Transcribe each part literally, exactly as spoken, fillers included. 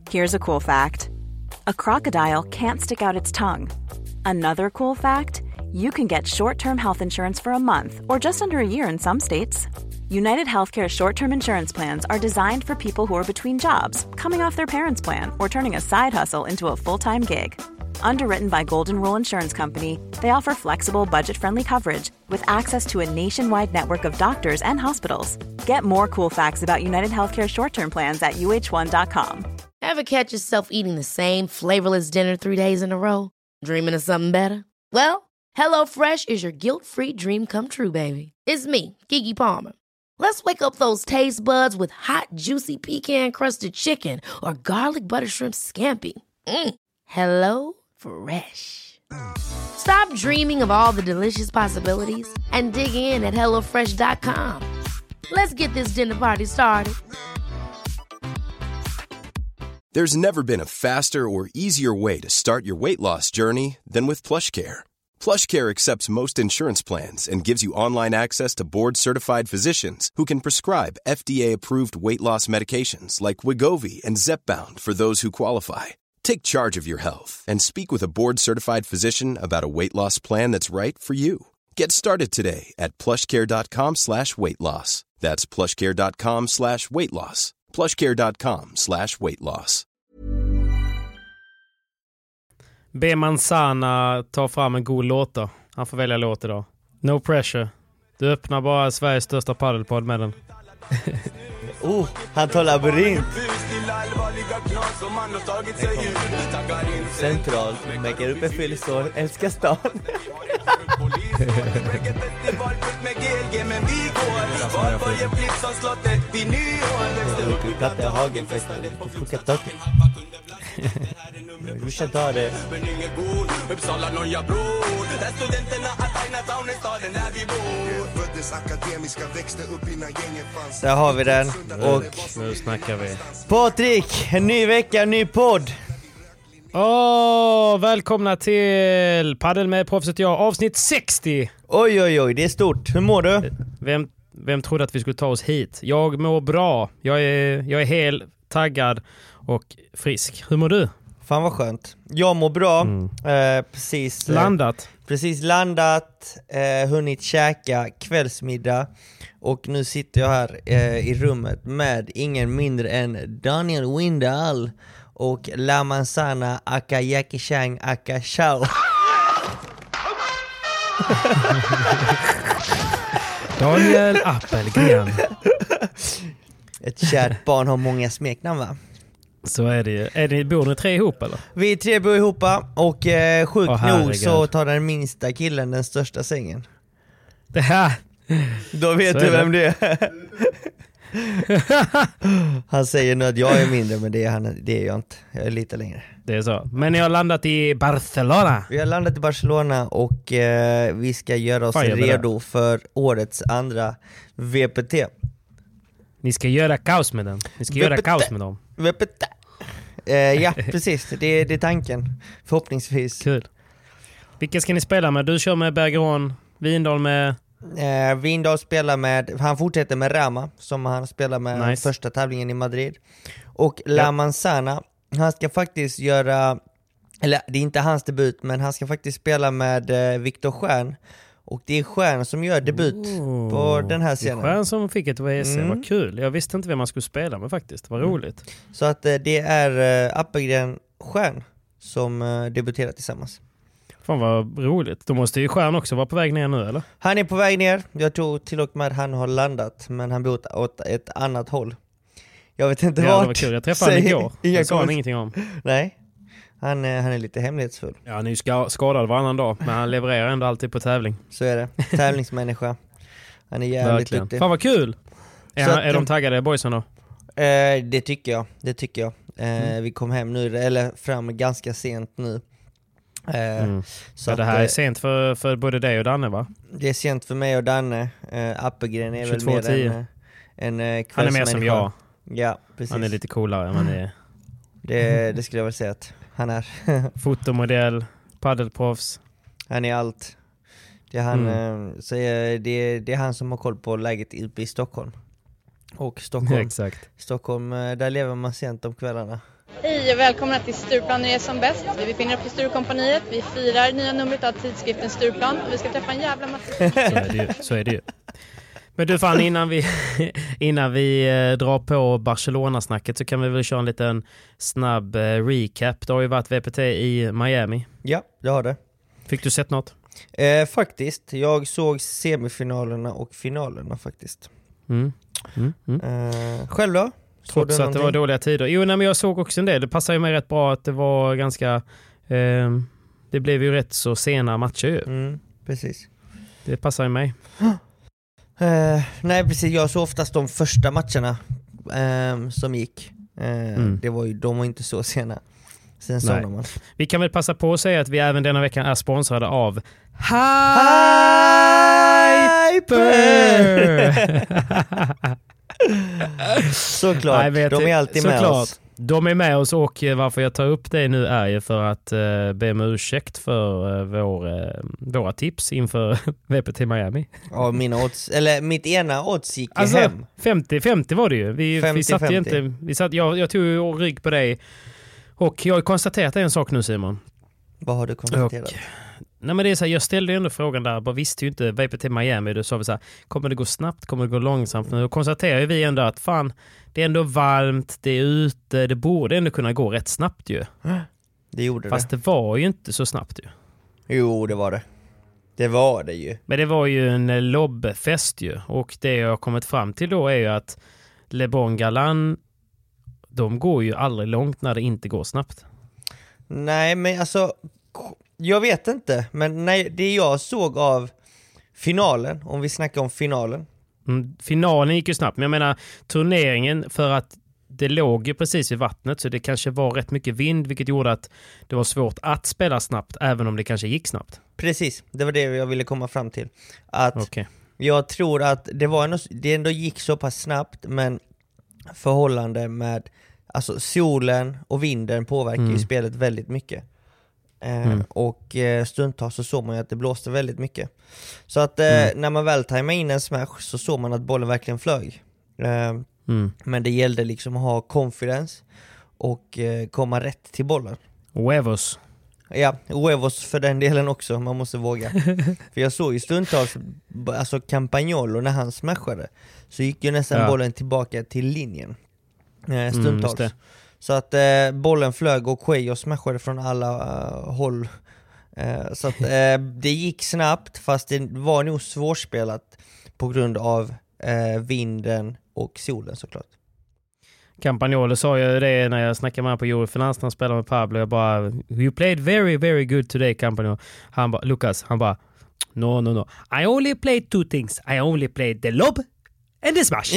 Here's a cool fact. A crocodile can't stick out its tongue. Another cool fact, you can get short-term health insurance for a month or just under a year in some states. United Healthcare short-term insurance plans are designed for people who are between jobs, coming off their parents' plan, or turning a side hustle into a full-time gig. Underwritten by Golden Rule Insurance Company, they offer flexible, budget-friendly coverage with access to a nationwide network of doctors and hospitals. Get more cool facts about United Healthcare short-term plans at U H one dot com. Ever catch yourself eating the same flavorless dinner three days in a row? Dreaming of something better? Well, HelloFresh is your guilt-free dream come true, baby. It's me, Keke Palmer. Let's wake up those taste buds with hot, juicy pecan-crusted chicken or garlic butter shrimp scampi. Mm. Hello Fresh. Stop dreaming of all the delicious possibilities and dig in at hello fresh dot com. Let's get this dinner party started. There's never been a faster or easier way to start your weight loss journey than with PlushCare. PlushCare accepts most insurance plans and gives you online access to board-certified physicians who can prescribe F D A-approved weight loss medications like Wegovy and Zepbound for those who qualify. Take charge of your health and speak with a board-certified physician about a weight loss plan that's right for you. Get started today at plushcare.com slash weight loss. That's plushcare.com slash weight loss. plushcare.com slash weight loss. B. Manzana tar fram en god låt då. Han får välja låt idag. No pressure. Du öppnar bara Sveriges största paddelpodd med den. Oh, han tar labyrint. Centralt, mäcker upp en fyllesår, älskar stan. Platta i hagen, du får katta upp. Du ska ta det. Där har vi den. Och nu snackar vi. Patrik, en ny vecka, en ny podd. Åh, oh, välkomna till Paddel med proffset jag, avsnitt sextio. Oj, oj, oj, det är stort. Hur mår du? Vem, vem trodde att vi skulle ta oss hit? Jag mår bra. Jag är, jag är helt taggad och frisk. Hur mår du? Fan vad skönt. Jag mår bra. Mm. Eh, precis, landat. Eh, precis landat. Eh, hunnit käka kvällsmiddag. Och nu sitter jag här eh, i rummet med ingen mindre än Daniel Windahl och La Manzana aka Jackie Chan aka Chow. Daniel Appelgren. Ett kärt barn har många smeknamn, va? Så är det ju. Är det, bor ni tre ihop eller? Vi är tre bor ihop och eh, sjukt oh, nog så tar den minsta killen den största sängen. Det här. Då vet så du vem det är. Han säger nu att jag är mindre, men det är, han, det är jag inte. Jag är lite längre. Det är så. Men ni har landat i Barcelona. Vi har landat i Barcelona och eh, vi ska göra oss Fan, redo för årets andra V P T. Ni ska göra kaos med den. Ni ska V P T. Göra kaos med dem. V P T. Eh, ja, precis. Det, det är tanken. Förhoppningsvis. Kul. Vilka ska ni spela med? Du kör med Bergeron, Windahl med... Eh, Windahl spelar med, han fortsätter med Rama som han spelar med nice. Första tävlingen i Madrid. Och La ja. Manzana, han ska faktiskt göra, eller det är inte hans debut, men han ska faktiskt spela med eh, Viktor Stjern. Och det är Stjern som gör debut oh, på den här scenen. Det är Stjern som fick ett V C, mm. Vad kul. Jag visste inte vem man skulle spela med faktiskt, vad roligt. Mm. Så att eh, det är eh, Appelgren Stjern som eh, debuterar tillsammans. Fan vad roligt. Då måste ju Stjärn också vara på väg ner nu, eller? Han är på väg ner. Jag tror till och med han har landat. Men han bor åt ett annat håll. Jag vet inte ja, vart. Det var kul. Jag träffade honom igår. Jag sa han ingenting om. Nej. Han, han är lite hemlighetsfull. Ja, han är ju ska- skadad varannan dag. Men han levererar ändå alltid på tävling. Så är det. Tävlingsmänniska. Han är jävligt duktig. Fan vad kul. Är, han, att, är de taggade boysen då? Eh, det tycker jag. Det tycker jag. Eh, mm. Vi kom hem nu. Eller fram ganska sent nu. Mm. Så ja, det här att, är sent för, för både dig och Danne, va? Det är sent för mig och Danne. uh, Appelgren är väl mer en, en uh, han är mer som jag. Ja, precis. Han är lite coolare än man är. det, det skulle jag väl säga att han är. Fotomodell, paddelproffs. Han är allt. Det är han, mm. uh, så är, det, det är han som har koll på läget uppe i Stockholm. Och Stockholm, Exakt. Stockholm, uh, där lever man sent om kvällarna. Hej och välkomna till Stureplan när det är som bäst. Vi befinner oss på Sturekompaniet. Vi firar nya numret av tidskriften Stureplan och vi ska träffa en jävla massa... Så är det ju. Så är det ju. Men du fan, innan vi, innan vi eh, drar på Barcelona-snacket så kan vi väl köra en liten snabb eh, recap. Det har ju varit V P T i Miami. Ja, det har det. Fick du sett något? Eh, faktiskt. Jag såg semifinalerna och finalerna faktiskt. Mm. Mm. Mm. Eh, själv då? Trots att det var dåliga tider. Jo, nej, men jag såg också en del. Det passar ju mig rätt bra att det var ganska... Eh, det blev ju rätt så sena matcher ju. Mm, precis. Det passar ju mig. Uh, nej precis, jag såg oftast de första matcherna um, som gick. Uh, mm. Det var ju, de var inte så sena. Sen såg man. Vi kan väl passa på att säga att vi även denna veckan är sponsrade av Hyper! Såklart, de är alltid med Såklart. oss. De är med oss och varför jag tar upp det nu är ju för att uh, be om ursäkt för uh, vår, uh, våra tips inför V P T Miami. Ja, mina odds, eller mitt ena odds gick alltså, hem. femtio femtio var det ju. Vi, femtio, vi satt ju inte, vi satt, jag, jag tog ju rygg på dig och jag har konstaterat en sak nu, Simon. Vad har du konstaterat? Och, nej men det är så här, jag ställde ju ändå frågan där, bara visste ju inte V P T Miami, då sa vi så här, kommer det gå snabbt, kommer det gå långsamt? Nu konstaterar ju vi ändå att fan, det är ändå varmt, det är ute, det borde ändå kunna gå rätt snabbt ju. Det gjorde Fast det. det var ju inte så snabbt ju. Jo, det var det. Det var det ju. Men det var ju en lobbfest ju, och det jag har kommit fram till då är ju att LeBron Galan, de går ju aldrig långt när det inte går snabbt. Nej, men alltså jag vet inte, men nej, det jag såg av finalen, om vi snackar om finalen. Mm, finalen gick ju snabbt, men jag menar turneringen, för att det låg ju precis vid vattnet så det kanske var rätt mycket vind, vilket gjorde att det var svårt att spela snabbt även om det kanske gick snabbt. Precis, det var det jag ville komma fram till. Att okay. Jag tror att det, var ändå, det ändå gick så pass snabbt, men förhållande med alltså solen och vinden påverkar mm. ju spelet väldigt mycket. Eh, mm. Och eh, stundtals så såg man ju att det blåste väldigt mycket. Så att eh, mm. när man väl tajmade in en smash så såg man att bollen verkligen flög. Eh, mm. Men det gällde liksom att ha confidence och eh, komma rätt till bollen. Huevos. Ja, huevos för den delen också, man måste våga. För jag såg ju stundtals alltså Campagnolo när han smashade, så gick ju nästan ja. bollen tillbaka till linjen. Eh, stundtals. Mm, så att eh, bollen flög och Cuello smashade från alla uh, håll. Eh, så att eh, det gick snabbt, fast det var nog svårspelat på grund av eh, vinden och solen såklart. Campagnolo sa ju det när jag snackade med honom på Eurofinans när han spelade med Pablo. Jag bara, you played very, very good today, Campagnolo. Han bara, Lucas, han bara, no, no, no. I only played two things. I only played the lob and the smash.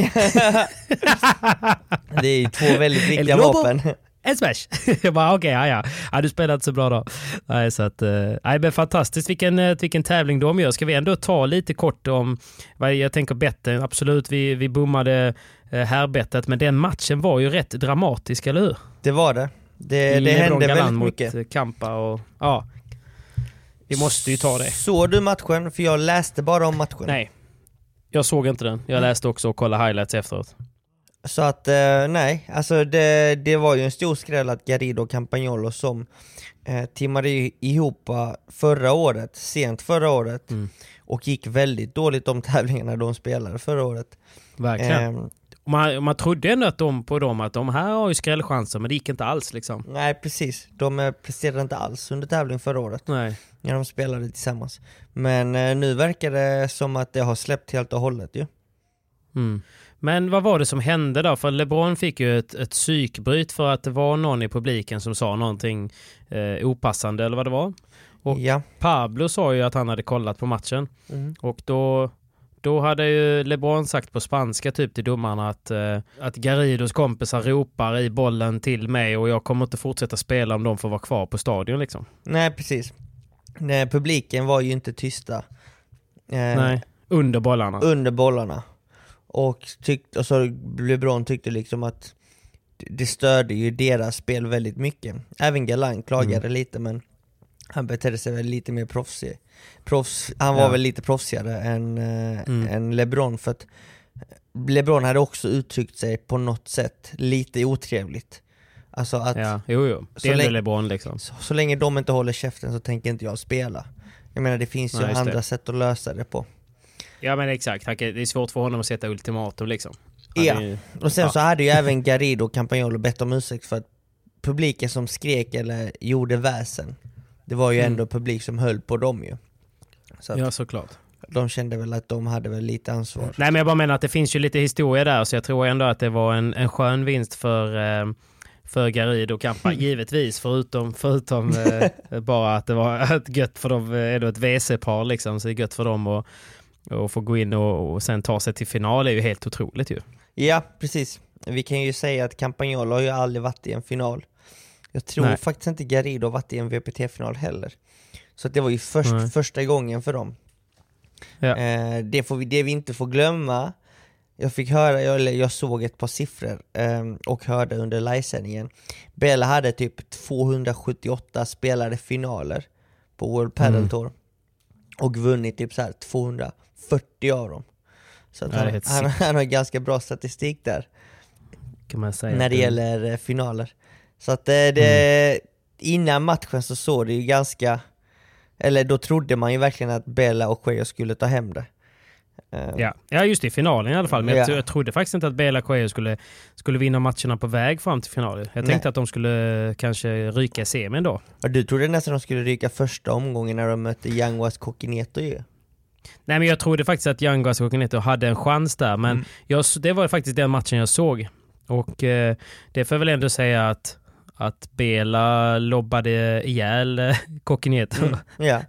Det är två väldigt viktiga vapen. En smash. Jag bara, okej, okay, ja, ja. ja. Du spelade inte så bra då. Nej, så att, uh, nej, men fantastiskt vilken, vilken tävling de gör. Ska vi ändå ta lite kort om, vad jag tänker betten. Absolut, vi, vi bommade uh, härbettet, men den matchen var ju rätt dramatisk, eller hur? Det var det. Det, det hände väldigt mycket. Mot Kampa och, ja. Vi måste ju ta det. Såg du matchen? För jag läste bara om matchen. Nej, jag såg inte den. Jag läste också och kollade highlights efteråt. Så att, eh, nej, alltså det, det var ju en stor skräll att Garrido och Campagnolo som eh, timmade ihop förra året, sent förra året, mm. och gick väldigt dåligt de tävlingarna de spelade förra året. Verkligen. Eh, man, man trodde ändå att de på dem att de här har ju skrällchanser, men det gick inte alls liksom. Nej, precis. De presterade inte alls under tävling förra året. Nej. När de spelade tillsammans. Men eh, nu verkar det som att det har släppt helt och hållet ju. Mm. Men vad var det som hände då? För LeBron fick ju ett, ett psykbryt för att det var någon i publiken som sa någonting eh, opassande eller vad det var. Och ja. Pablo sa ju att han hade kollat på matchen. Mm. Och då, då hade ju LeBron sagt på spanska typ till domarna att, eh, att Garridos kompisar ropar i bollen till mig och jag kommer inte fortsätta spela om de får vara kvar på stadion liksom. Nej, precis. Nej, publiken var ju inte tysta. Eh, Nej, under bollarna. Under bollarna. Och, tyckte, och så LeBron tyckte liksom att det störde ju deras spel väldigt mycket. Även Galan klagade mm. lite, men han betedde sig väl lite mer proffsig. Proffs, han var ja. väl lite proffsigare än, mm. än LeBron, för att LeBron hade också uttryckt sig på något sätt lite otrevligt. Alltså att ja, jo, jo. Det är länge, LeBron liksom. Så, så länge de inte håller käften så tänker inte jag spela. Jag menar det finns ju Nej, andra det. sätt att lösa det på. Ja men exakt, det är svårt för honom att sätta ultimatum liksom. Han ja, är, och sen ja. så hade ju även Garrido och Campagnolo bett om ursäkt för att publiken som skrek eller gjorde väsen. Det var ju mm. ändå publik som höll på dem ju. Så ja, såklart. De kände väl att de hade väl lite ansvar. Nej men jag bara menar att det finns ju lite historia där, så jag tror ändå att det var en, en skön vinst för... Eh, för Garrido och Campa, givetvis, förutom, förutom eh, bara att det var ett gött för dem, är det ett V C-par liksom, så det är gött för dem att, att få gå in och, och sen ta sig till final är ju helt otroligt ju. Ja, precis. Vi kan ju säga att Campagnolo har ju aldrig varit i en final. Jag tror Nej. faktiskt inte Garrido har varit i en V P T-final heller. Så att det var ju först, första gången för dem. Ja. Eh, det, får vi, det vi inte får glömma. Jag fick höra, jag, jag såg ett par siffror eh, och hörde under livesändningen. Bela hade typ tvåhundrasjuttioåtta spelade finaler på World Padel mm. Tour och vunnit typ så här tvåhundrafyrtio av dem. Så att han, han, han har ganska bra statistik där kan man säga, när det det. gäller finaler. Så att det, det mm. innan matchen så såg det ju ganska, eller då trodde man ju verkligen att Bela och Cuello skulle ta hem det. Ja. ja, just det, i finalen i alla fall. Men ja. jag, jag trodde faktiskt inte att Bela och Cuello skulle, skulle vinna matcherna på väg fram till finalen. Jag tänkte Nej. att de skulle kanske ryka semin då. Ja, du trodde nästan att de skulle ryka första omgången när de mötte Yanguas Coquineto ju. Nej, men jag trodde faktiskt att Yanguas Coquineto hade en chans där. Men mm. jag, det var faktiskt den matchen jag såg. Och eh, det får jag väl ändå säga att att Bela lobbade ihjäl eh, Coquineto. Mm. Ja.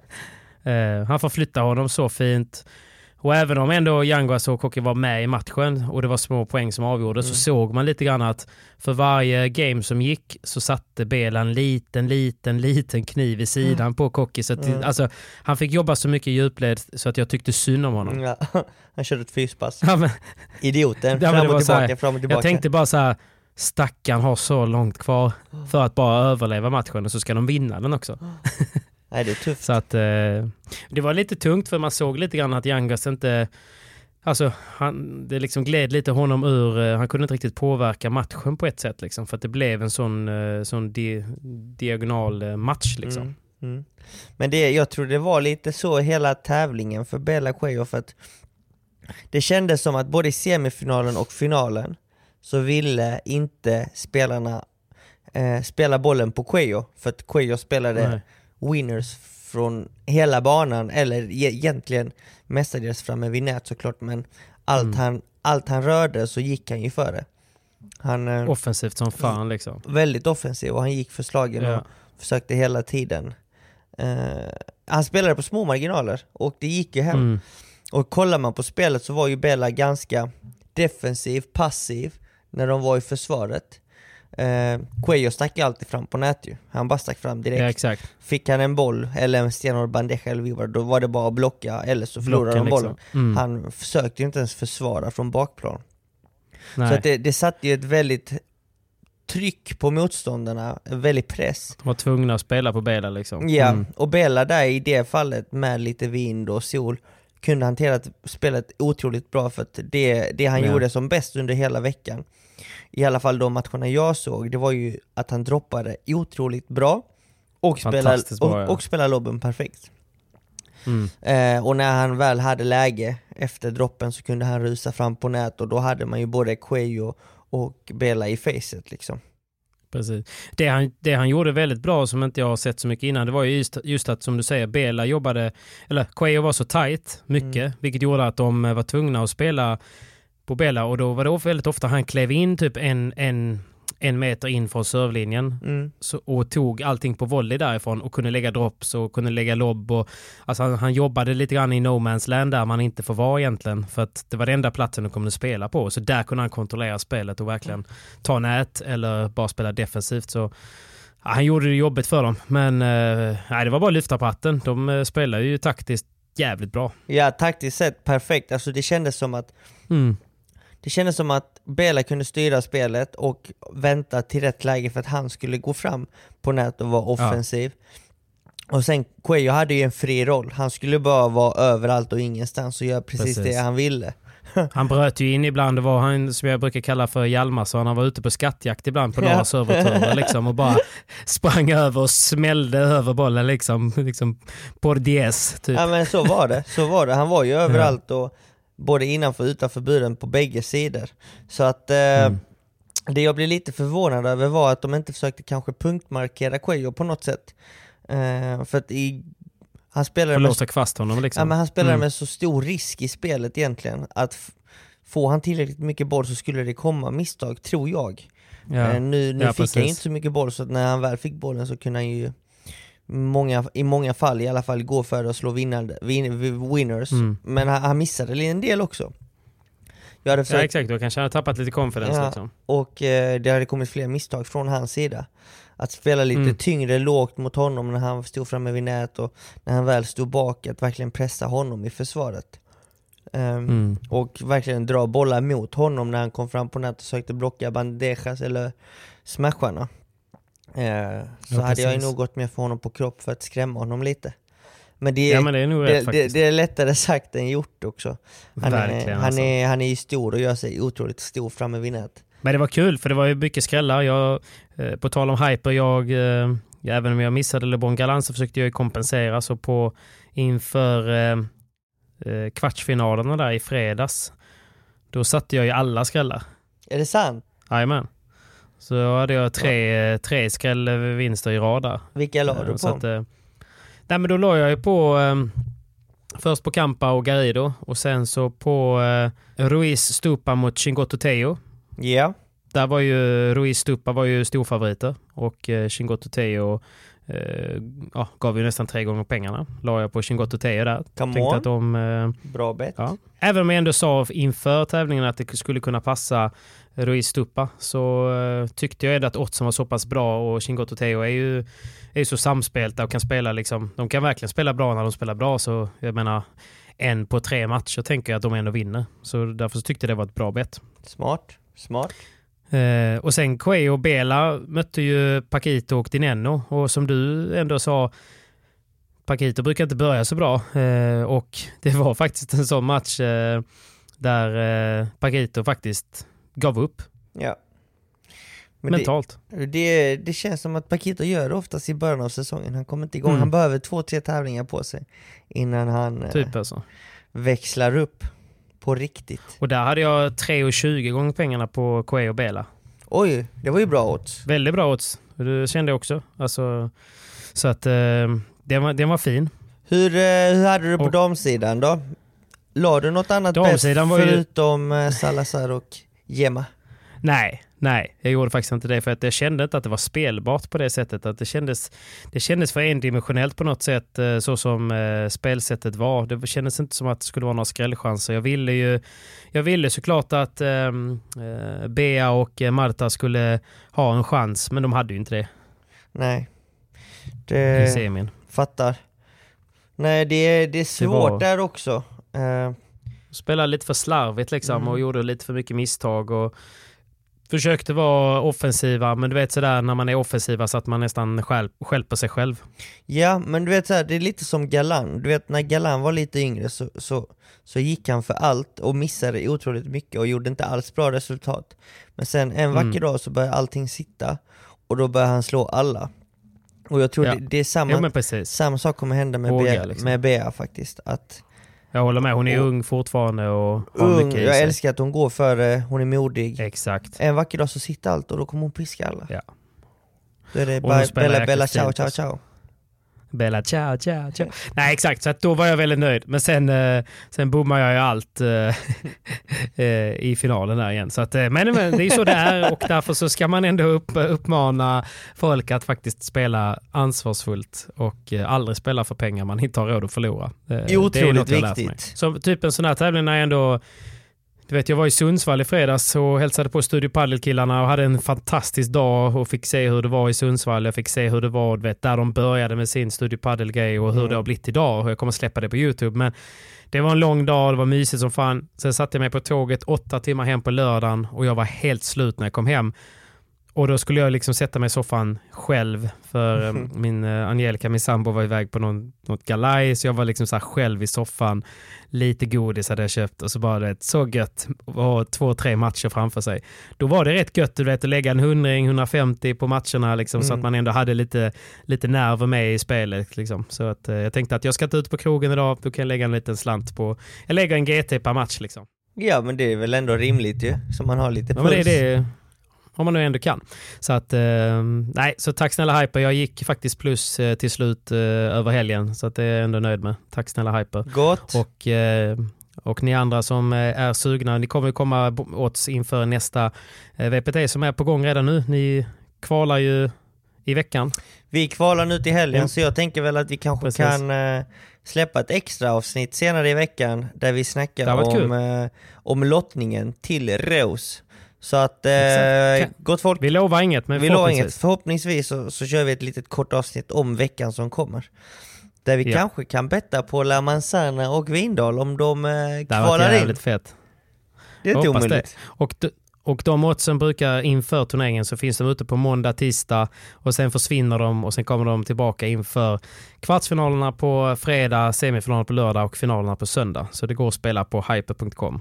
eh, han får flytta honom så fint. Och även om ändå Yanguas och Coqui var med i matchen och det var små poäng som avgjordes mm. så såg man lite grann att för varje game som gick så satte Bela en liten, liten, liten kniv i sidan mm. på Coqui. Så att, mm. alltså, han fick jobba så mycket i djupled så att jag tyckte synd om honom. Ja, han körde ett fyspass. Ja, men, Idioten, ja, fram, och tillbaka, här, fram och tillbaka. Jag tänkte bara så här, stackarn har så långt kvar för att bara överleva matchen och så ska de vinna den också. Nej, det är tufft. Så att, eh, det var lite tungt för man såg lite grann att Yanguas inte, alltså han, det liksom gled lite honom ur, eh, han kunde inte riktigt påverka matchen på ett sätt liksom, för att det blev en sån, eh, sån di, diagonal eh, match liksom. Mm, mm. Men det, jag tror det var lite så hela tävlingen för Bela Cuello, för att det kändes som att både i semifinalen och finalen så ville inte spelarna eh, spela bollen på Cuello, för att Cuello spelade Nej. winners från hela banan, eller egentligen mestadels framme vid nät såklart, men allt, mm. han, allt han rörde så gick han ju före. Han, offensivt som fan liksom. Väldigt offensiv, och han gick för slagen ja. och försökte hela tiden. Uh, han spelade på små marginaler och det gick ju hem. Mm. Och kollar man på spelet så var ju Bela ganska defensiv, passiv när de var i försvaret. Uh, Cuello stack alltid fram på nät ju. Han bara stack fram direkt. Ja, exakt. Fick han en boll eller en stenhård bandeja eller vivar, då var det bara att blocka, eller så förlorade han bollen. Liksom. Mm. Han försökte ju inte ens försvara från bakplan. Nej. Så att det, det satt ju ett väldigt tryck på motståndarna, en väldigt press. De var tvungna att spela på Bela liksom. Ja, mm. och Bela där i det fallet med lite vind och sol kunde hantera spelet otroligt bra, för att det, det han ja. gjorde som bäst under hela veckan, i alla fall de matcherna jag såg, det var ju att han droppade otroligt bra och spelade, bra, och, ja. och spelade lobben perfekt. Mm. Eh, och när han väl hade läge efter droppen så kunde han rusa fram på nät, och då hade man ju både Cuello och Bela i facet liksom. Precis. Det han, det han gjorde väldigt bra som inte jag har sett så mycket innan, det var ju just, just att, som du säger, Bela jobbade, eller Cuello var så tight mycket, mm. vilket gjorde att de var tvungna att spela på Bela, och då var det väldigt ofta han klev in typ en, en, en meter in från servlinjen mm. så, och tog allting på volley därifrån och kunde lägga drops och kunde lägga lobb, och alltså han, han jobbade lite grann i no man's land där man inte får vara egentligen, för att det var den enda platsen de kunde spela på, så där kunde han kontrollera spelet och verkligen ta nät eller bara spela defensivt. Så ja, han gjorde det jobbigt för dem, men eh, nej, det var bara att lyfta på hatten. De eh, spelar ju taktiskt jävligt bra. Ja, taktiskt sett perfekt. Alltså det kändes som att mm. Det kändes som att Bela kunde styra spelet och vänta till rätt läge för att han skulle gå fram på nät och vara offensiv. Ja. Och sen Cuello hade ju en fri roll. Han skulle bara vara överallt och ingenstans och göra precis, precis. det han ville. Han bröt ju in ibland, det var han som jag brukar kalla för Hjalmarsson. Han var ute på skattjakt ibland på några serverturer liksom, och bara sprang över och smällde över bollen liksom, liksom på diez typ. Ja men så var det, så var det. Han var ju överallt och både innanför och utanför buren på bägge sidor. Så att eh, mm. det jag blev lite förvånad över var att de inte försökte kanske punktmarkera Cuello på något sätt. Eh, för att i Han spelade, med, fast honom liksom. ja, men han spelade mm. med så stor risk i spelet egentligen. Att f- få han tillräckligt mycket boll så skulle det komma misstag, tror jag. Ja. Eh, nu nu ja, fick precis. han inte så mycket boll, så att när han väl fick bollen så kunde han ju många, i många fall i alla fall gå för att slå vinnande, win, winners. Mm. Men han, han missade en del också. Jag hade försökt, ja exakt, då kanske han hade tappat lite confidence. Ja, liksom. och eh, det hade kommit fler misstag från hans sida. Att spela lite mm. tyngre, lågt mot honom när han stod framme vid nät, och när han väl stod bak, att verkligen pressa honom i försvaret. Um, mm. Och verkligen dra bollar mot honom när han kom fram på nät och sökte blocka bandejas eller smasharna. Uh, så ja, hade jag ju nog gått med för honom på kropp för att skrämma honom lite. Men det, ja, men det är nog det, rätt, det, det är lättare sagt än gjort också. Han, är, han, alltså. är, han är ju stor och gör sig otroligt stor framme vid nät. Men det var kul, för det var ju mycket skrällar. Jag, eh, på tal om hyper, jag, eh, ja, även om jag missade LeBron Galan så försökte jag ju kompensera. Så på inför eh, eh, kvartsfinalerna där i fredags, då satte jag ju alla skrällar. Är det sant? Jajamän. Så då hade jag tre, ja. tre skrällvinster i rad där. Vilka la du på? Så att, eh, nej, men då la jag ju på eh, först på Campa och Garrido, och sen så på eh, Ruiz Stupa mot Chingoto Teo. Ja. Yeah. Där var ju Ruiz Stupa var ju storfavoriter, och eh, Chingoto Teo eh, ja, gav ju nästan tre gånger pengarna. La jag på Chingoto Teo där. Come Tänkte on. att de, eh, bra bet. Ja. Även om jag ändå sa inför tävlingen att det skulle kunna passa Ruiz Stupa, så eh, tyckte jag att oddsen var så pass bra, och Chingoto Teo är ju, är ju så samspelta och kan spela liksom, de kan verkligen spela bra när de spelar bra, så jag menar en på tre matcher tänker jag att de ändå vinner. Så därför så tyckte jag det var ett bra bet. Smart, smart. Eh, och sen Cuello och Bela mötte ju Paquito och Dineno, och som du ändå sa, Paquito brukar inte börja så bra, eh, och det var faktiskt en sån match eh, där eh, Paquito faktiskt gav upp. Ja. Men mentalt. Det, det, det känns som att Paquito gör det oftast i början av säsongen. Han kommer inte igång. Mm. Han behöver två, tre tävlingar på sig innan han typ eh, alltså. växlar upp på riktigt. Och där hade jag tre komma tjugo gånger pengarna på Cuello och Bela. Oj, det var ju bra odds. Väldigt bra odds. Det kände jag också. Alltså, så att eh, den, var, den var fin. Hur, eh, hur hade du på och, damsidan då? La du något annat bäst förutom ju... Salazar och Gemma? Nej, nej. Jag gjorde faktiskt inte det, för att jag kände inte att det var spelbart på det sättet. Att det kändes, det kändes för endimensionellt på något sätt, så som eh, spelsättet var. Det kändes inte som att det skulle vara några skrällchanser. Jag ville ju, jag ville såklart att eh, Bea och Marta skulle ha en chans, men de hade ju inte det. Nej. Det... I semin. Fattar. Nej, det är, det är svårt det var... där också. Uh... Spelade lite för slarvigt liksom, mm. och gjorde lite för mycket misstag och försökte vara offensiva, men du vet sådär när man är offensiva så att man nästan stjälper sig själv. Ja, men du vet såhär, det är lite som Galan. Du vet när Galan var lite yngre så, så, så gick han för allt och missade otroligt mycket och gjorde inte alls bra resultat. Men sen en vacker mm. dag så började allting sitta och då började han slå alla. Och jag tror ja. det, det är samma, ja, samma sak kommer hända med Våga, Bea, liksom. med Bea faktiskt. Att jag håller med, hon är och, ung fortfarande och har ung, mycket i jag sig. älskar att hon går före, hon är modig. Exakt. En vacker dag så sitter allt och då kommer hon piska alla. Ja. Då är det bara Bella, Bella, ciao, ciao, ciao. Bella, ciao, ciao, ciao. Nej, exakt, så att då var jag väldigt nöjd. Men sen, eh, sen bommar jag ju allt eh, eh, i finalen där igen. Så att, eh, men, men det är så det är, och därför så ska man ändå upp, uppmana folk att faktiskt spela ansvarsfullt och eh, aldrig spela för pengar man inte har råd att förlora. Eh, Otroligt det är något jag viktigt. Så typ en sån här tävling när jag ändå... Du vet, jag var i Sundsvall i fredags och hälsade på Studio Paddelkillarna och hade en fantastisk dag och fick se hur det var i Sundsvall. Jag fick se hur det var, du vet, där de började med sin Studio Paddel-grej och hur mm. det har blivit idag. Och jag kommer släppa det på YouTube. Men det var en lång dag, det var mysigt som fan. Sen satte jag mig på tåget åtta timmar hem på lördagen och jag var helt slut när jag kom hem. och då skulle jag liksom sätta mig i soffan själv för mm. min uh, Angelica, min sambo, var iväg på någon, något galaj, så jag var liksom så här själv i soffan. Lite godis hade jag köpt och så bara det så gött och två, tre matcher framför sig. Då var det rätt gött, du vet, att lägga en hundring, hundrafemtio på matcherna liksom, mm. så att man ändå hade lite, lite nerver med i spelet. Liksom. Så att, uh, jag tänkte att jag ska ta ut på krogen idag, då kan jag lägga en liten slant på, jag lägger en G T per match liksom. Ja, men det är väl ändå rimligt ju, så man har lite puls. Ja, men det är det. Om man nu ändå kan. Så att, eh, nej, så tack snälla Hyper. Jag gick faktiskt plus eh, till slut eh, över helgen. Så att det är jag ändå nöjd med. Tack snälla Hyper. Gott. Och, eh, och ni andra som eh, är sugna, ni kommer komma åt inför nästa eh, V P T som är på gång redan nu. Ni kvalar ju i veckan. Vi kvalar nu till helgen, mm. så jag tänker väl att vi kanske Precis. kan eh, släppa ett extra avsnitt senare i veckan där vi snackar om, eh, om lottningen till Rose. Så att, eh, gott folk. Vi lovar inget, men vi lovar inget. Förhoppningsvis så, så kör vi ett litet kort avsnitt om veckan som kommer. Där vi ja. kanske kan betta på La Manzana och Vindal om de eh, kvalar in. Det har varit jävligt fett. Det är inte omöjligt. Det. Och, d- och de oddsen brukar inför turneringen så finns de ute på måndag, tisdag och sen försvinner de och sen kommer de tillbaka inför kvartsfinalerna på fredag, semifinalerna på lördag och finalerna på söndag. Så det går att spela på hyper punkt com.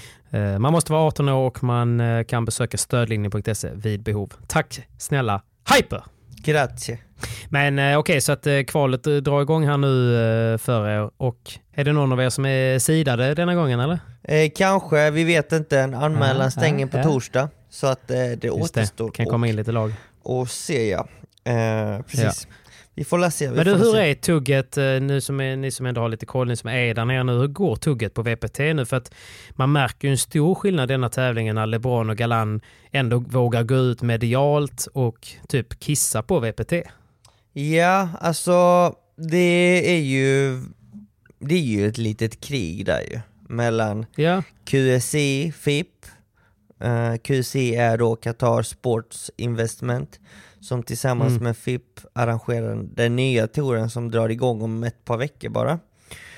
Man måste vara arton år och man kan besöka stödlinjen punkt se vid behov. Tack snälla Hyper! Grazie. Men okej, okay, så att kvalet drar igång här nu för er. Och är det någon av er som är sidade denna gången eller? Eh, kanske, vi vet inte. En anmälan ja, stänger ja, på ja. torsdag. Så att eh, det Just återstår. Det. Kan komma in lite lag. Och se ja. Eh, precis. Ja. Vi får la se. Vi Men du, hur se. är tugget, nu som är, ni som ändå har lite koll, ni som är där nere nu, hur går tugget på V P T nu? För att man märker ju en stor skillnad i denna tävlingen när LeBron och Galan ändå vågar gå ut medialt och typ kissa på V P T. Ja, alltså det är ju det är ju ett litet krig där ju mellan ja. Q S I, F I P. Uh, Q S I är då Qatar Sports Investment som tillsammans mm. med F I P arrangerar den nya touren som drar igång om ett par veckor bara. Mm.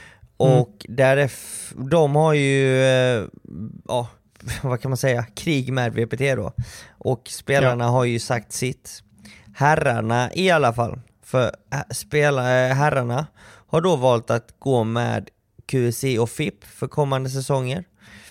Och där är f- de har ju uh, ja, vad kan man säga, krig med V P T då. Och spelarna ja. har ju sagt sitt. Herrarna i alla fall, för äh, spela, äh, herrarna har då valt att gå med Q S I och F I P för kommande säsonger.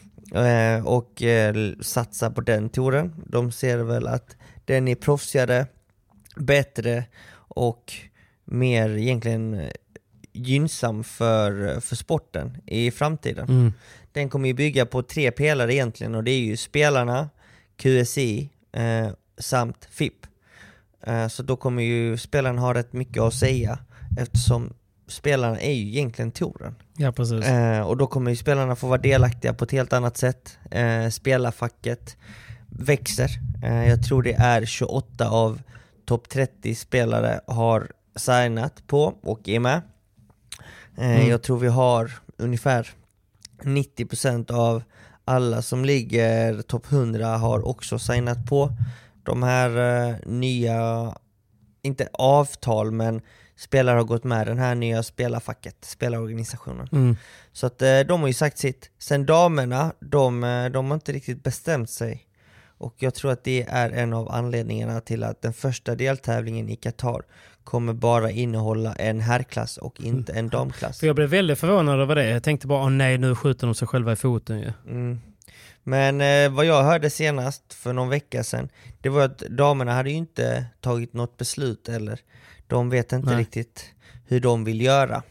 Eh, och eh, satsa på den touren. De ser väl att den är proffsigare, bättre och mer egentligen gynnsam för, för sporten i framtiden. Mm. Den kommer ju bygga på tre pelare egentligen, och det är ju spelarna, Q S I eh, samt F I P. Eh, så då kommer ju spelarna ha rätt mycket att säga, eftersom spelarna är ju egentligen touren. Ja, precis. Eh, och då kommer ju spelarna få vara delaktiga på ett helt annat sätt. Eh, spelarfacket växer. Eh, jag tror det är tjugoåtta av topp trettio spelare har signat på och är med. Eh, mm. Jag tror vi har ungefär nittio procent av alla som ligger topp hundra har också signat på de här eh, nya, inte avtal, men spelare har gått med den här nya spelarfacket, spelarorganisationen. Mm. Så att eh, de har ju sagt sitt. Sen damerna, de, de har inte riktigt bestämt sig. Och jag tror att det är en av anledningarna till att den första deltävlingen i Qatar kommer bara innehålla en herrklass och inte en damklass. För jag blev väldigt förvånad över det. Jag tänkte bara, åh nej, nu skjuter de sig själva i foten ju. Mm. Men eh, vad jag hörde senast för någon vecka sedan, det var att damerna hade ju inte tagit något beslut, eller de vet inte Nej. riktigt hur de vill göra.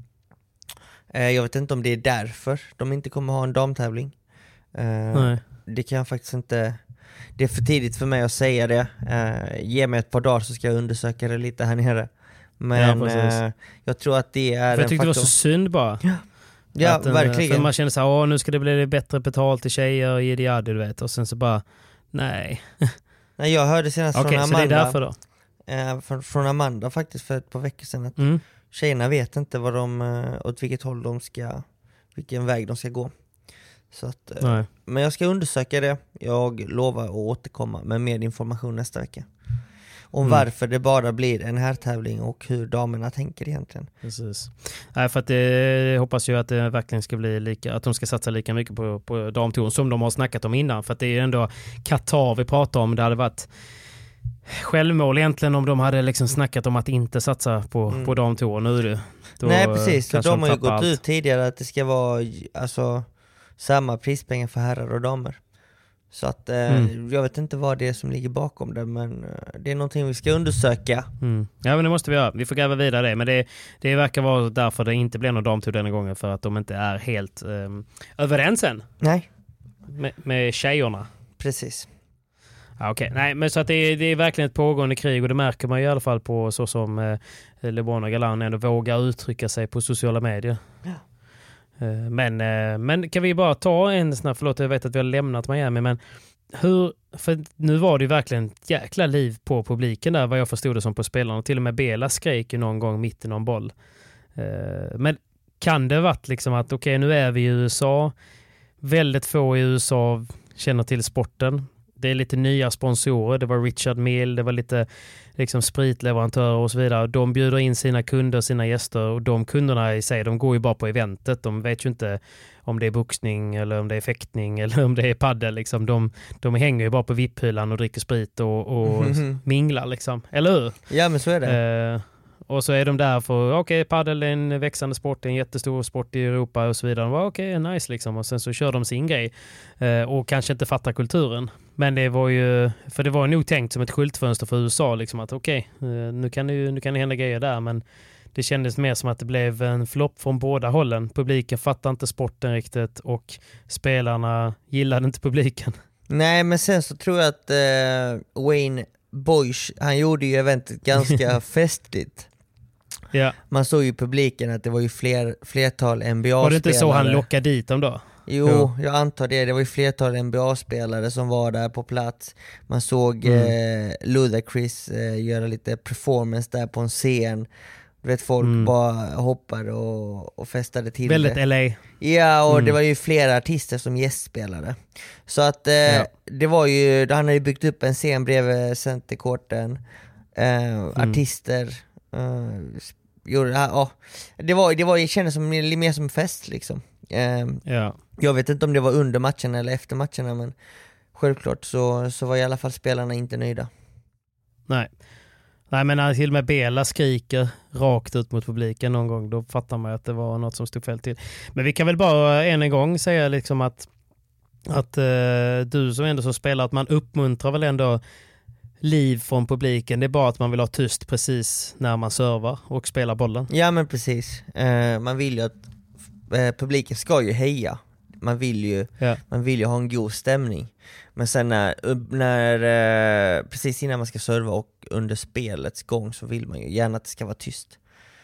Eh, jag vet inte om det är därför de inte kommer ha en damtävling. Eh, Nej. Det kan jag faktiskt inte. Det är för tidigt för mig att säga det. Eh, ge mig ett par dagar så ska jag undersöka det lite här nere. Men ja, eh, jag tror att det är för jag tyckte det var så synd bara. Ja. Ja, den, verkligen. För man känner så här, åh, nu ska det bli bättre betalt till tjejer i det, du vet. Och sen så bara, nej. Nej, jag hörde senast okay, från Amanda. Okej, så det är därför då? Eh, från, från Amanda faktiskt för ett par veckor sedan. Att mm. tjejerna vet inte vad de, åt vilket håll de ska, vilken väg de ska gå. Så att, eh, men jag ska undersöka det. Jag lovar att återkomma med mer information nästa vecka. Om mm. varför det bara blir en här tävling och hur damerna tänker egentligen. Precis. Nej, för att det, jag hoppas ju att det verkligen ska bli lika, att de ska satsa lika mycket på, på damtouren som de har snackat om innan. För att det är ändå Qatar vi pratar om. Det hade varit självmål egentligen om de hade liksom snackat om att inte satsa på, mm. på de två. Nu är det, då Nej, precis. Så de har ju gått allt. ut tidigare att det ska vara alltså, samma prispengar för herrar och damer. Så att eh, mm. jag vet inte vad det är som ligger bakom det, men eh, det är någonting vi ska undersöka. Mm. Ja, men det måste vi göra. Vi får gräva vidare det. Men det, det verkar vara därför det inte blir någon damtur denna gången, för att de inte är helt eh, överens än. Nej. Med, med tjejerna. Precis. Ja, okej. Okay. Nej, men så att det är, det är verkligen ett pågående krig, och det märker man ju i alla fall på så som eh, LeBron och Galan ändå vågar uttrycka sig på sociala medier. Ja. Eh, men, eh, men kan vi bara ta en sån här, förlåt jag vet att vi har lämnat Miami, men hur, för nu var det ju verkligen ett jäkla liv på publiken där, vad jag förstod det som på spelarna. Till och med Bela skrek ju någon gång mitt i någon boll. Eh, men kan det varit liksom att okej, okay, nu är vi i U S A, väldigt få i U S A känner till sporten. Det är lite nya sponsorer. Det var Richard Mille, det var lite liksom spritleverantörer och så vidare. De bjuder in sina kunder, sina gäster, och de kunderna i sig, de går ju bara på eventet. De vet ju inte om det är boxning eller om det är fäktning eller om det är paddel. Liksom. De, de hänger ju bara på V I P-hyllan och dricker sprit och, och mm-hmm. minglar. Liksom. Eller hur? Ja, men så är det. Eh, och så är de där för, okej, okay, paddel är en växande sport, en jättestor sport i Europa och så vidare. Okej, okay, nice liksom. Och sen så kör de sin grej. Eh, och kanske inte fattar kulturen. Men det var ju, för det var nog tänkt som ett skyltfönster för U S A. Liksom att okej, okay, eh, nu, kan det, nu kan det hända grejer där. Men det kändes mer som att det blev en flopp från båda hållen. Publiken fattade inte sporten riktigt och spelarna gillade inte publiken. Nej, men sen så tror jag att eh, Wayne Boyce, han gjorde ju eventet ganska festligt. Ja. Man såg ju i publiken att det var ju fler, flertal N B A-spelare. Var det inte så han lockade dit dem då? Jo, jo, jag antar det. Det var ju flertal N B A-spelare som var där på plats. Man såg mm. eh, Ludacris eh, göra lite performance där på en scen. Du vet, folk mm. bara hoppade och, och festade till väldigt det. L A. Ja, och mm. det var ju flera artister som gästspelare. Så att eh, ja. det var ju, han hade ju byggt upp en scen bredvid centercourten. Eh, mm. Artister eh, gjorde det här. Ja, det var, det var, det kändes som, mer som en fest liksom. Eh, ja. Jag vet inte om det var under matchen eller efter matcherna, men självklart så, så var i alla fall spelarna inte nöjda. Nej. Nej, men när till och med Bela skriker rakt ut mot publiken någon gång, då fattar man att det var något som stod fel till. Men vi kan väl bara än en gång säga liksom att, att eh, du som ändå så spelar, att man uppmuntrar väl ändå liv från publiken. Det är bara att man vill ha tyst precis när man servar och spelar bollen. Ja, men precis. Eh, man vill ju att eh, publiken ska ju heja. Man vill ju, ja. man vill ju ha en god stämning. Men sen när, när eh, precis innan man ska serva och under spelets gång, så vill man ju gärna att det ska vara tyst.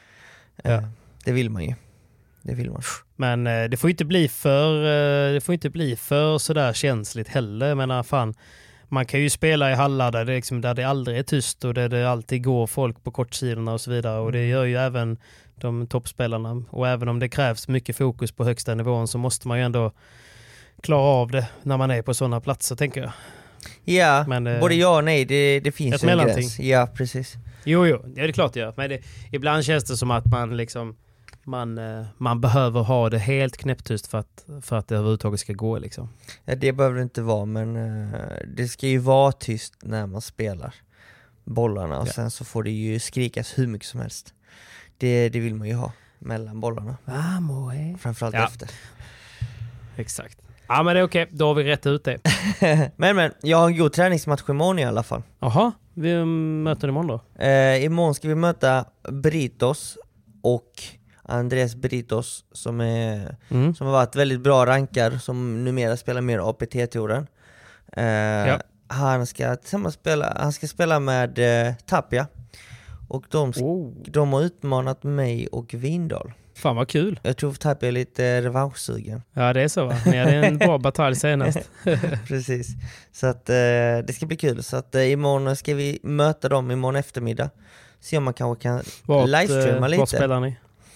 Eh, ja. Det vill man ju. Det vill man. Men eh, det får inte bli för eh, det får inte bli för sådär känsligt heller. Jag menar, fan, man kan ju spela i hallar där det, liksom, där det aldrig är tyst och där det alltid går folk på kortsidorna och så vidare. Och det gör ju även de toppspelarna. Och även om det krävs mycket fokus på högsta nivån, så måste man ju ändå klara av det när man är på sådana platser, tänker jag. Ja, men, eh, både ja och nej. Det, det finns ju en gräns. Ja, precis. Jo, jo, det är det klart det gör. Men det, ibland känns det som att man liksom man, man behöver ha det helt knäpptyst för att, för att det överhuvudtaget ska gå liksom. Ja, det behöver det inte vara, men uh, det ska ju vara tyst när man spelar bollarna, och ja. sen så får det ju skrikas hur mycket som helst. Det, det vill man ju ha mellan bollarna. Vamos. Framförallt ja. efter. Exakt. Ja, men det är okej. Då har vi rätt ut det. men men, jag har en god träningsmatch imorgon i alla fall. Jaha, vi möter imorgon då? Eh, imorgon ska vi möta Britos och Andres Britos, som, är, mm. som har varit väldigt bra rankar, som numera spelar mer A P T-touren. Eh, ja. Han ska tillsammans spela, han ska spela med eh, Tapia. Och de, oh. de har utmanat mig och Vindal. Fan vad kul. Jag tror att Tapia är lite revanschsugen. Ja, det är så, va? Ni hade en bra batalj senast. Precis. Så att eh, det ska bli kul. Så att eh, imorgon ska vi möta dem imorgon eftermiddag. Se om man kanske kan vart, livestreama lite. Var spelar ni?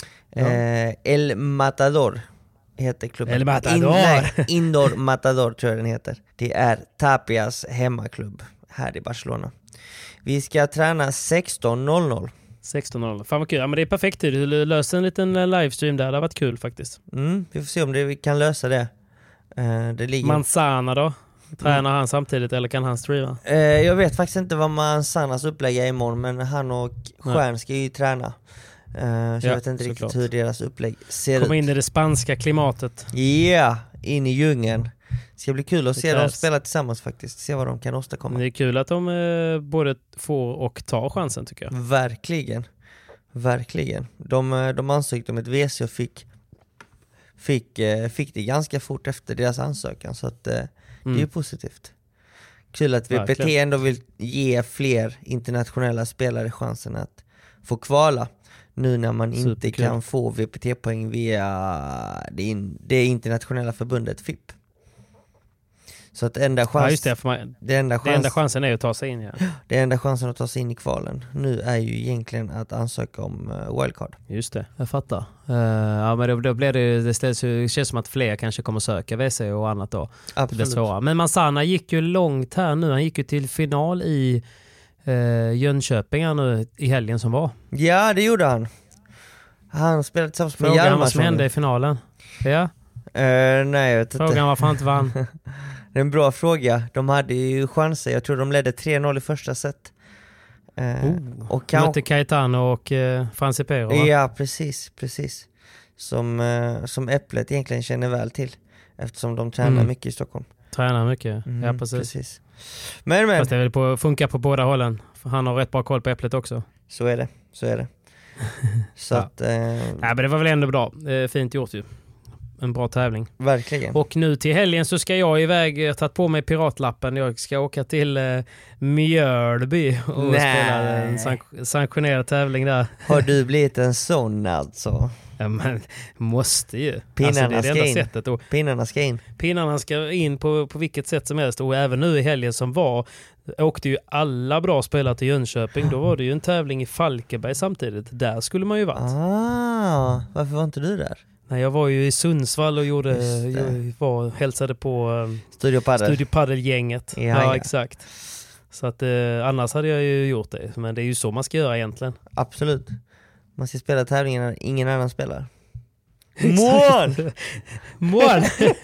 Eh, El Matador heter klubben. El Matador. In, nej, Indoor Matador tror jag den heter. Det är Tapias hemmaklubb här i Barcelona. Vi ska träna sexton noll noll. sexton noll noll. Fan vad kul. Ja, men det är perfekt tid. Du löser en liten livestream där. Det har varit kul faktiskt. Mm, vi får se om det, vi kan lösa det. Uh, det ligger... Manzana då? Tränar han samtidigt eller kan han streama? Eh, jag vet faktiskt inte vad Manzanas upplägg är imorgon, men han och Stjärn ska ju träna. Uh, så ja, jag vet inte riktigt klart. hur deras upplägg ser Kom ut. in i det spanska klimatet. Ja, yeah, in i djungeln. Det ska bli kul att det se krävs. dem spela tillsammans faktiskt. Se vad de kan åstadkomma. Det är kul att de eh, både får och tar chansen tycker jag. Verkligen. Verkligen. De, de ansökte om ett V C och fick, fick, fick det ganska fort efter deras ansökan. Så att, eh, mm. det är ju positivt. Kul att V P T Verkligen. ändå vill ge fler internationella spelare chansen att få kvala. Nu när man inte Superkul. kan få V P T-poäng via det, in, det internationella förbundet F I P. Så att enda chans, ja, just det, för man, det, enda chans, det enda chansen är att ta sig in. Ja. Det enda chansen att ta sig in i kvalen nu är ju egentligen att ansöka om uh, wildcard. Just det, jag fattar. Uh, ja, men då, då blir det, det, ställs, det känns som att fler kanske kommer söka V C och annat då. Absolut. Det blir svårare. Men Manzana gick ju långt här nu. Han gick ju till final i uh, Jönköping här nu i helgen som var. Ja, det gjorde han. Han spelade tillsammans med Hjalmarsson. Frågan vad som hände i finalen. Ja. Uh, nej, jag vet inte. Frågan varför han inte vann. Det är en bra fråga. De hade ju chanser. Jag tror de ledde tre noll i första set. Uh, oh, och kan... Mötte Caetano och uh, Franci Pero, va? Ja, precis, precis. Som, uh, som Äpplet egentligen känner väl till. Eftersom de tränar mm. mycket i Stockholm. Tränar mycket, mm, ja precis. precis. Men, men. Fast det är väl på, funkar på båda hållen. För han har rätt bra koll på Äpplet också. Så är det, så är det. Så ja. att... Uh... Ja, men det var väl ändå bra. Uh, fint gjort ju. En bra tävling. Verkligen. Och nu till helgen så ska jag iväg, jag har tagit på mig piratlappen. Jag ska åka till eh, Mjölby och Nej. spela en sank- sanktionerad tävling där. Har du blivit en sån alltså? Ja, men måste ju. Pinnarna alltså, det är det ska enda in. sättet. Och Pinnarna ska in. Pinnarna ska in på, på vilket sätt som helst. Och även nu i helgen som var åkte ju alla bra spelare till Jönköping. Då var det ju en tävling i Falkenberg samtidigt. Där skulle man ju varit. Ah, varför var inte du där? Nej, jag var ju i Sundsvall och gjorde, jag var, hälsade på um, Studio Padel. Studio Padel-gänget. Ja, ja, ja, exakt. Så att eh, annars hade jag ju gjort det. Men det är ju så man ska göra egentligen. Absolut. Man ska spela tävlingen när ingen annan spelar. Mål! Mål!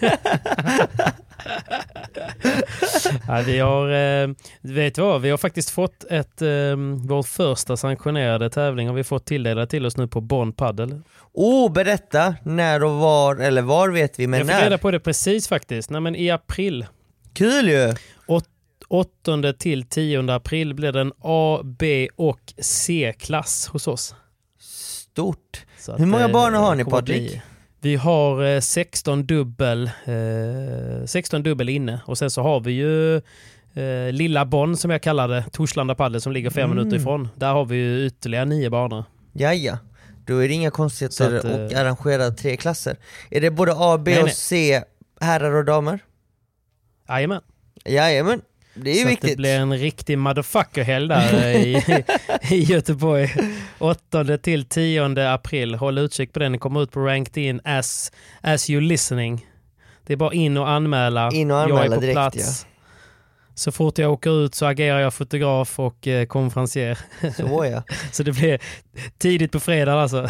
Ja, vi har eh, vet du vad, vi har faktiskt fått ett eh, vår första sanktionerade tävling har vi fått tilldelat till oss nu på Bonn Padel. Oh, berätta när och var, eller var vet vi, men jag när? Jag fick reda på det precis faktiskt. Nej, men i april. Kul ju! åttonde till tionde april blir det en A, B och C-klass hos oss. Stort. Hur många att, barn har ni, Patrik? Bli. Vi har eh, sexton dubbel eh, sexton dubbel inne och sen så har vi ju eh, Lilla Bonn som jag kallar det, Torslanda Padel som ligger fem mm. minuter ifrån. Där har vi ju ytterligare nio banor. Jaja, då är det inga konstigheter att eh, arrangera tre klasser. Är det både A, B nej, och nej. C, herrar och damer? Jajamän. Jajamän. Det är ju så viktigt. Det blir en riktig motherfucker-helg där i, i Göteborg. åttonde till tionde april. Håll utkik på den. Ni kommer ut på Ranked In as, as you listening. Det är bara in och anmäla. In och anmäla jag är på direkt, plats. Ja. Så fort jag åker ut så agerar jag fotograf och eh, konferencier. Så ja. Så det blir tidigt på fredag alltså.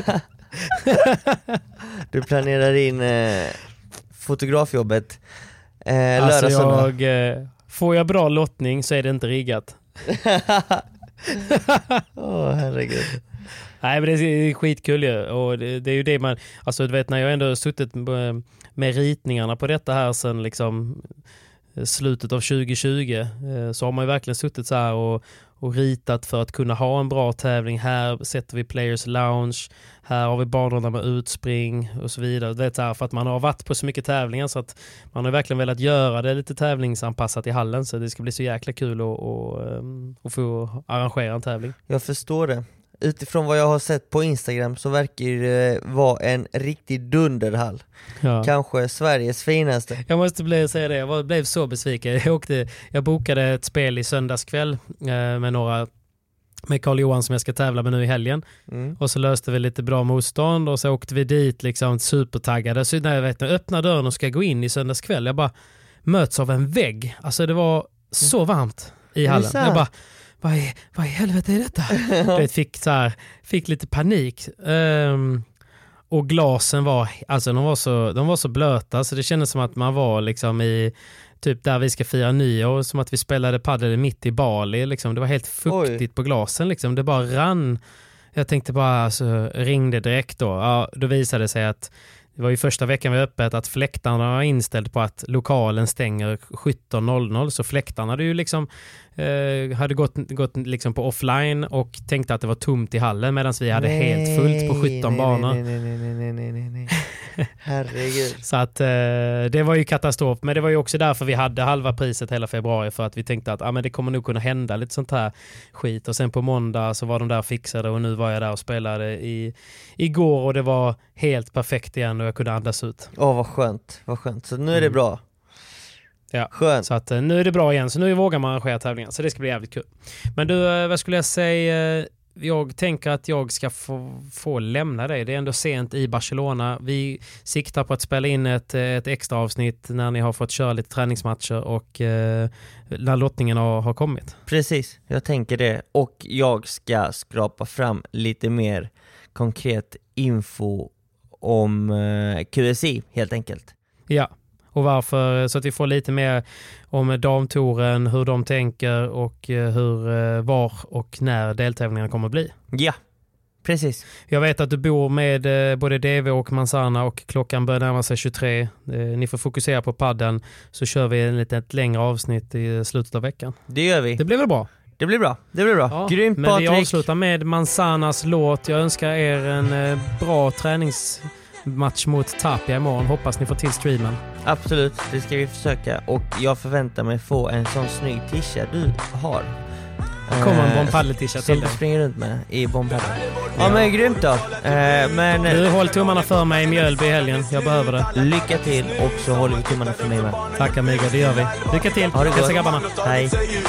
Du planerar in eh, fotografjobbet eh, alltså lördag, jag... Eh, Får jag bra lottning så är det inte riggat. Åh, oh, herregud. Nej, men det är skitkul ju. Och det, det är ju det man... Alltså du vet, när jag ändå suttit med, med ritningarna på detta här sen liksom slutet av tjugo tjugo så har man ju verkligen suttit så här och, och ritat för att kunna ha en bra tävling. Här sätter vi Players Lounge. Här har vi banorna med utspring och så vidare. Det är så här för att man har varit på så mycket tävlingar så att man har verkligen velat göra det lite tävlingsanpassat i hallen så det ska bli så jäkla kul att, att, att få arrangera en tävling. Jag förstår det. Utifrån vad jag har sett på Instagram så verkar det vara en riktig dunderhall. Ja. Kanske Sveriges finaste. Jag måste bli, säga det, jag var, blev så besviken. Jag, åkte, jag bokade ett spel i söndagskväll eh, med några med Carl Johan som jag ska tävla med nu i helgen. Mm. Och så löste vi lite bra motstånd och så åkte vi dit liksom supertaggade. Så när jag vet, när jag öppnar dörren och ska gå in i söndagskväll, jag bara möts av en vägg. Alltså det var så varmt i hallen. Jag bara, vad i, vad i helvete är detta? Jag fick, så här, fick lite panik. Um, och glasen var, alltså de var, så, de var så blöta så det kändes som att man var liksom i typ där vi ska fira nyår, som att vi spelade paddel mitt i Bali. Liksom. Det var helt fuktigt Oj. på glasen. Liksom. Det bara rann. Jag tänkte bara, alltså, ringde direkt då. Ja, då visade det sig att det var ju första veckan vi öppet att fläktarna var inställd på att lokalen stänger sjutton noll noll. Så fläktarna hade ju liksom eh, hade gått, gått liksom på offline och tänkte att det var tomt i hallen medan vi hade nej, helt fullt på sjutton nej, banor. Nej, nej, nej, nej, nej, nej, nej. Herregud. Så att eh, det var ju katastrof. Men det var ju också därför vi hade halva priset hela februari, för att vi tänkte att ah, men det kommer nog kunna hända lite sånt här skit. Och sen på måndag så var de där fixade och nu var jag där och spelade i, igår och det var helt perfekt igen och jag kunde andas ut. Åh, oh, vad skönt. Vad skönt. Så nu är det bra. Mm. Ja, skönt. Så att eh, nu är det bra igen. Så nu vågar man arrangera tävlingar. Så det ska bli jävligt kul. Men du, eh, vad skulle jag säga? Jag tänker att jag ska få, få lämna dig. Det är ändå sent i Barcelona. Vi siktar på att spela in ett, ett extra avsnitt när ni har fått köra lite träningsmatcher och eh, när lottningen har, har kommit. Precis, jag tänker det. Och jag ska skrapa fram lite mer konkret info om eh, Q S I helt enkelt. Ja, och varför, så att vi får lite mer om damtouren, hur de tänker och hur, var och när deltävlingarna kommer att bli. Ja, precis. Jag vet att du bor med både D V och Manzana och klockan börjar närma sig tjugotre. Ni får fokusera på padden, så kör vi en lite ett längre avsnitt i slutet av veckan. Det gör vi. Det blir väl bra? Det blir bra, det blir bra. Ja, Grymt, men Patrik. Vi avslutar med Manzanas låt. Jag önskar er en bra tränings... match mot Tapia imorgon. Hoppas ni får till streamen. Absolut, det ska vi försöka. Och jag förväntar mig få en sån snygg t-shirt du har. Kommer en bombpaddel-t-shirt till dig. Som du springer runt med i bombpaddel. Ja, men grymt då. Eh, men... Du, håll tummarna för mig i Mjölby i helgen. Jag behöver det. Lycka till, och så håller vi tummarna för mig med. Tack amiga, det gör vi. Lycka till. Ha det gott. Hälsa grabbarna. Hej.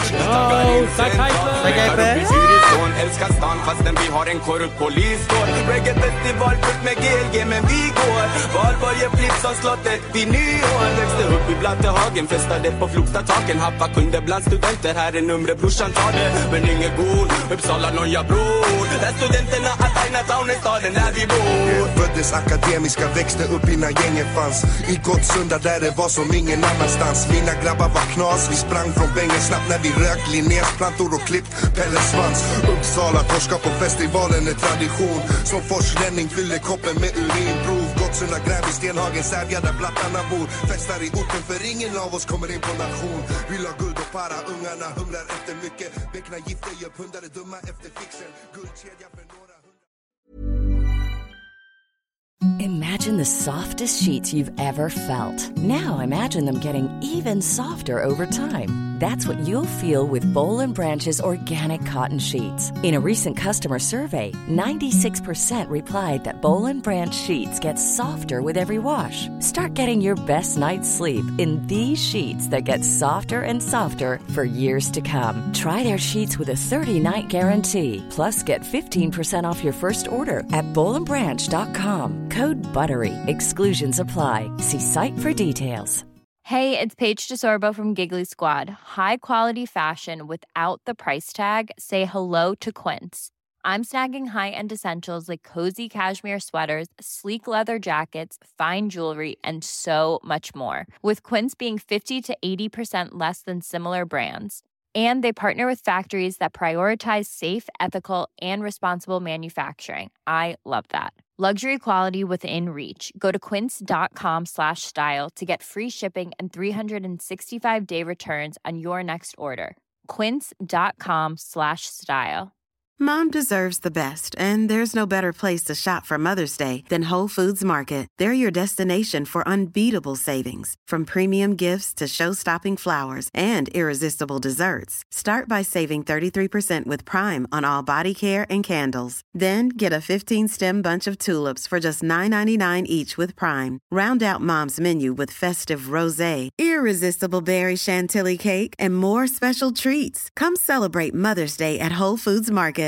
Oh, tack Hype. Tack Hype. Älskar stan fastän vi har en korrupt polis. Reggae-festival fullt med G L G, men vi går var varje flipp som slottet vid nyår. Växte upp i Blattehagen, festade på Flogstataken. Happa kunde bland studenter, här är numret, brorsan tar det. Men ingen god, Uppsala, Norja, bror. Där studenterna att Aina Town är staden där vi bor. Föddes akademiska, växte upp innan gängen fanns. I Gottsunda där det var som ingen annanstans. Mina grabbar var knas, vi sprang från bängen snabbt när vi rök Linnés plantor och klippt Pelles svans. Uppsala, torska på festivalen är tradition. Som forslänning fyller koppen med urinprov. Gottsunda, Grävby, Stenhagen, Sävja där blattarna bor. Festar i orten för ingen av oss kommer in på nation. Vill ha guld och para, ungarna humlar efter mycket. Bäckna gifter, gör pundare dumma efter fixen. Guldkedja för några hundra. Imagine the softest sheets you've ever felt. Now imagine them getting even softer over time. That's what you'll feel with Boll and Branch's organic cotton sheets. In a recent customer survey, ninety-six percent replied that Boll and Branch sheets get softer with every wash. Start getting your best night's sleep in these sheets that get softer and softer for years to come. Try their sheets with a thirty-night guarantee. Plus, get fifteen percent off your first order at boll and branch dot com. Code BUTTERY. Exclusions apply. See site for details. Hey, it's Paige DeSorbo from Giggly Squad. High quality fashion without the price tag. Say hello to Quince. I'm snagging high-end essentials like cozy cashmere sweaters, sleek leather jackets, fine jewelry, and so much more. With Quince being fifty to eighty percent less than similar brands. And they partner with factories that prioritize safe, ethical, and responsible manufacturing. I love that. Luxury quality within reach. Go to quince.com slash style to get free shipping and three sixty-five day returns on your next order. Quince.com slash style. Mom deserves the best, and there's no better place to shop for Mother's Day than Whole Foods Market. They're your destination for unbeatable savings, from premium gifts to show-stopping flowers and irresistible desserts. Start by saving thirty-three percent with Prime on all body care and candles. Then get a fifteen-stem bunch of tulips for just nine ninety-nine each with Prime. Round out Mom's menu with festive rosé, irresistible berry chantilly cake, and more special treats. Come celebrate Mother's Day at Whole Foods Market.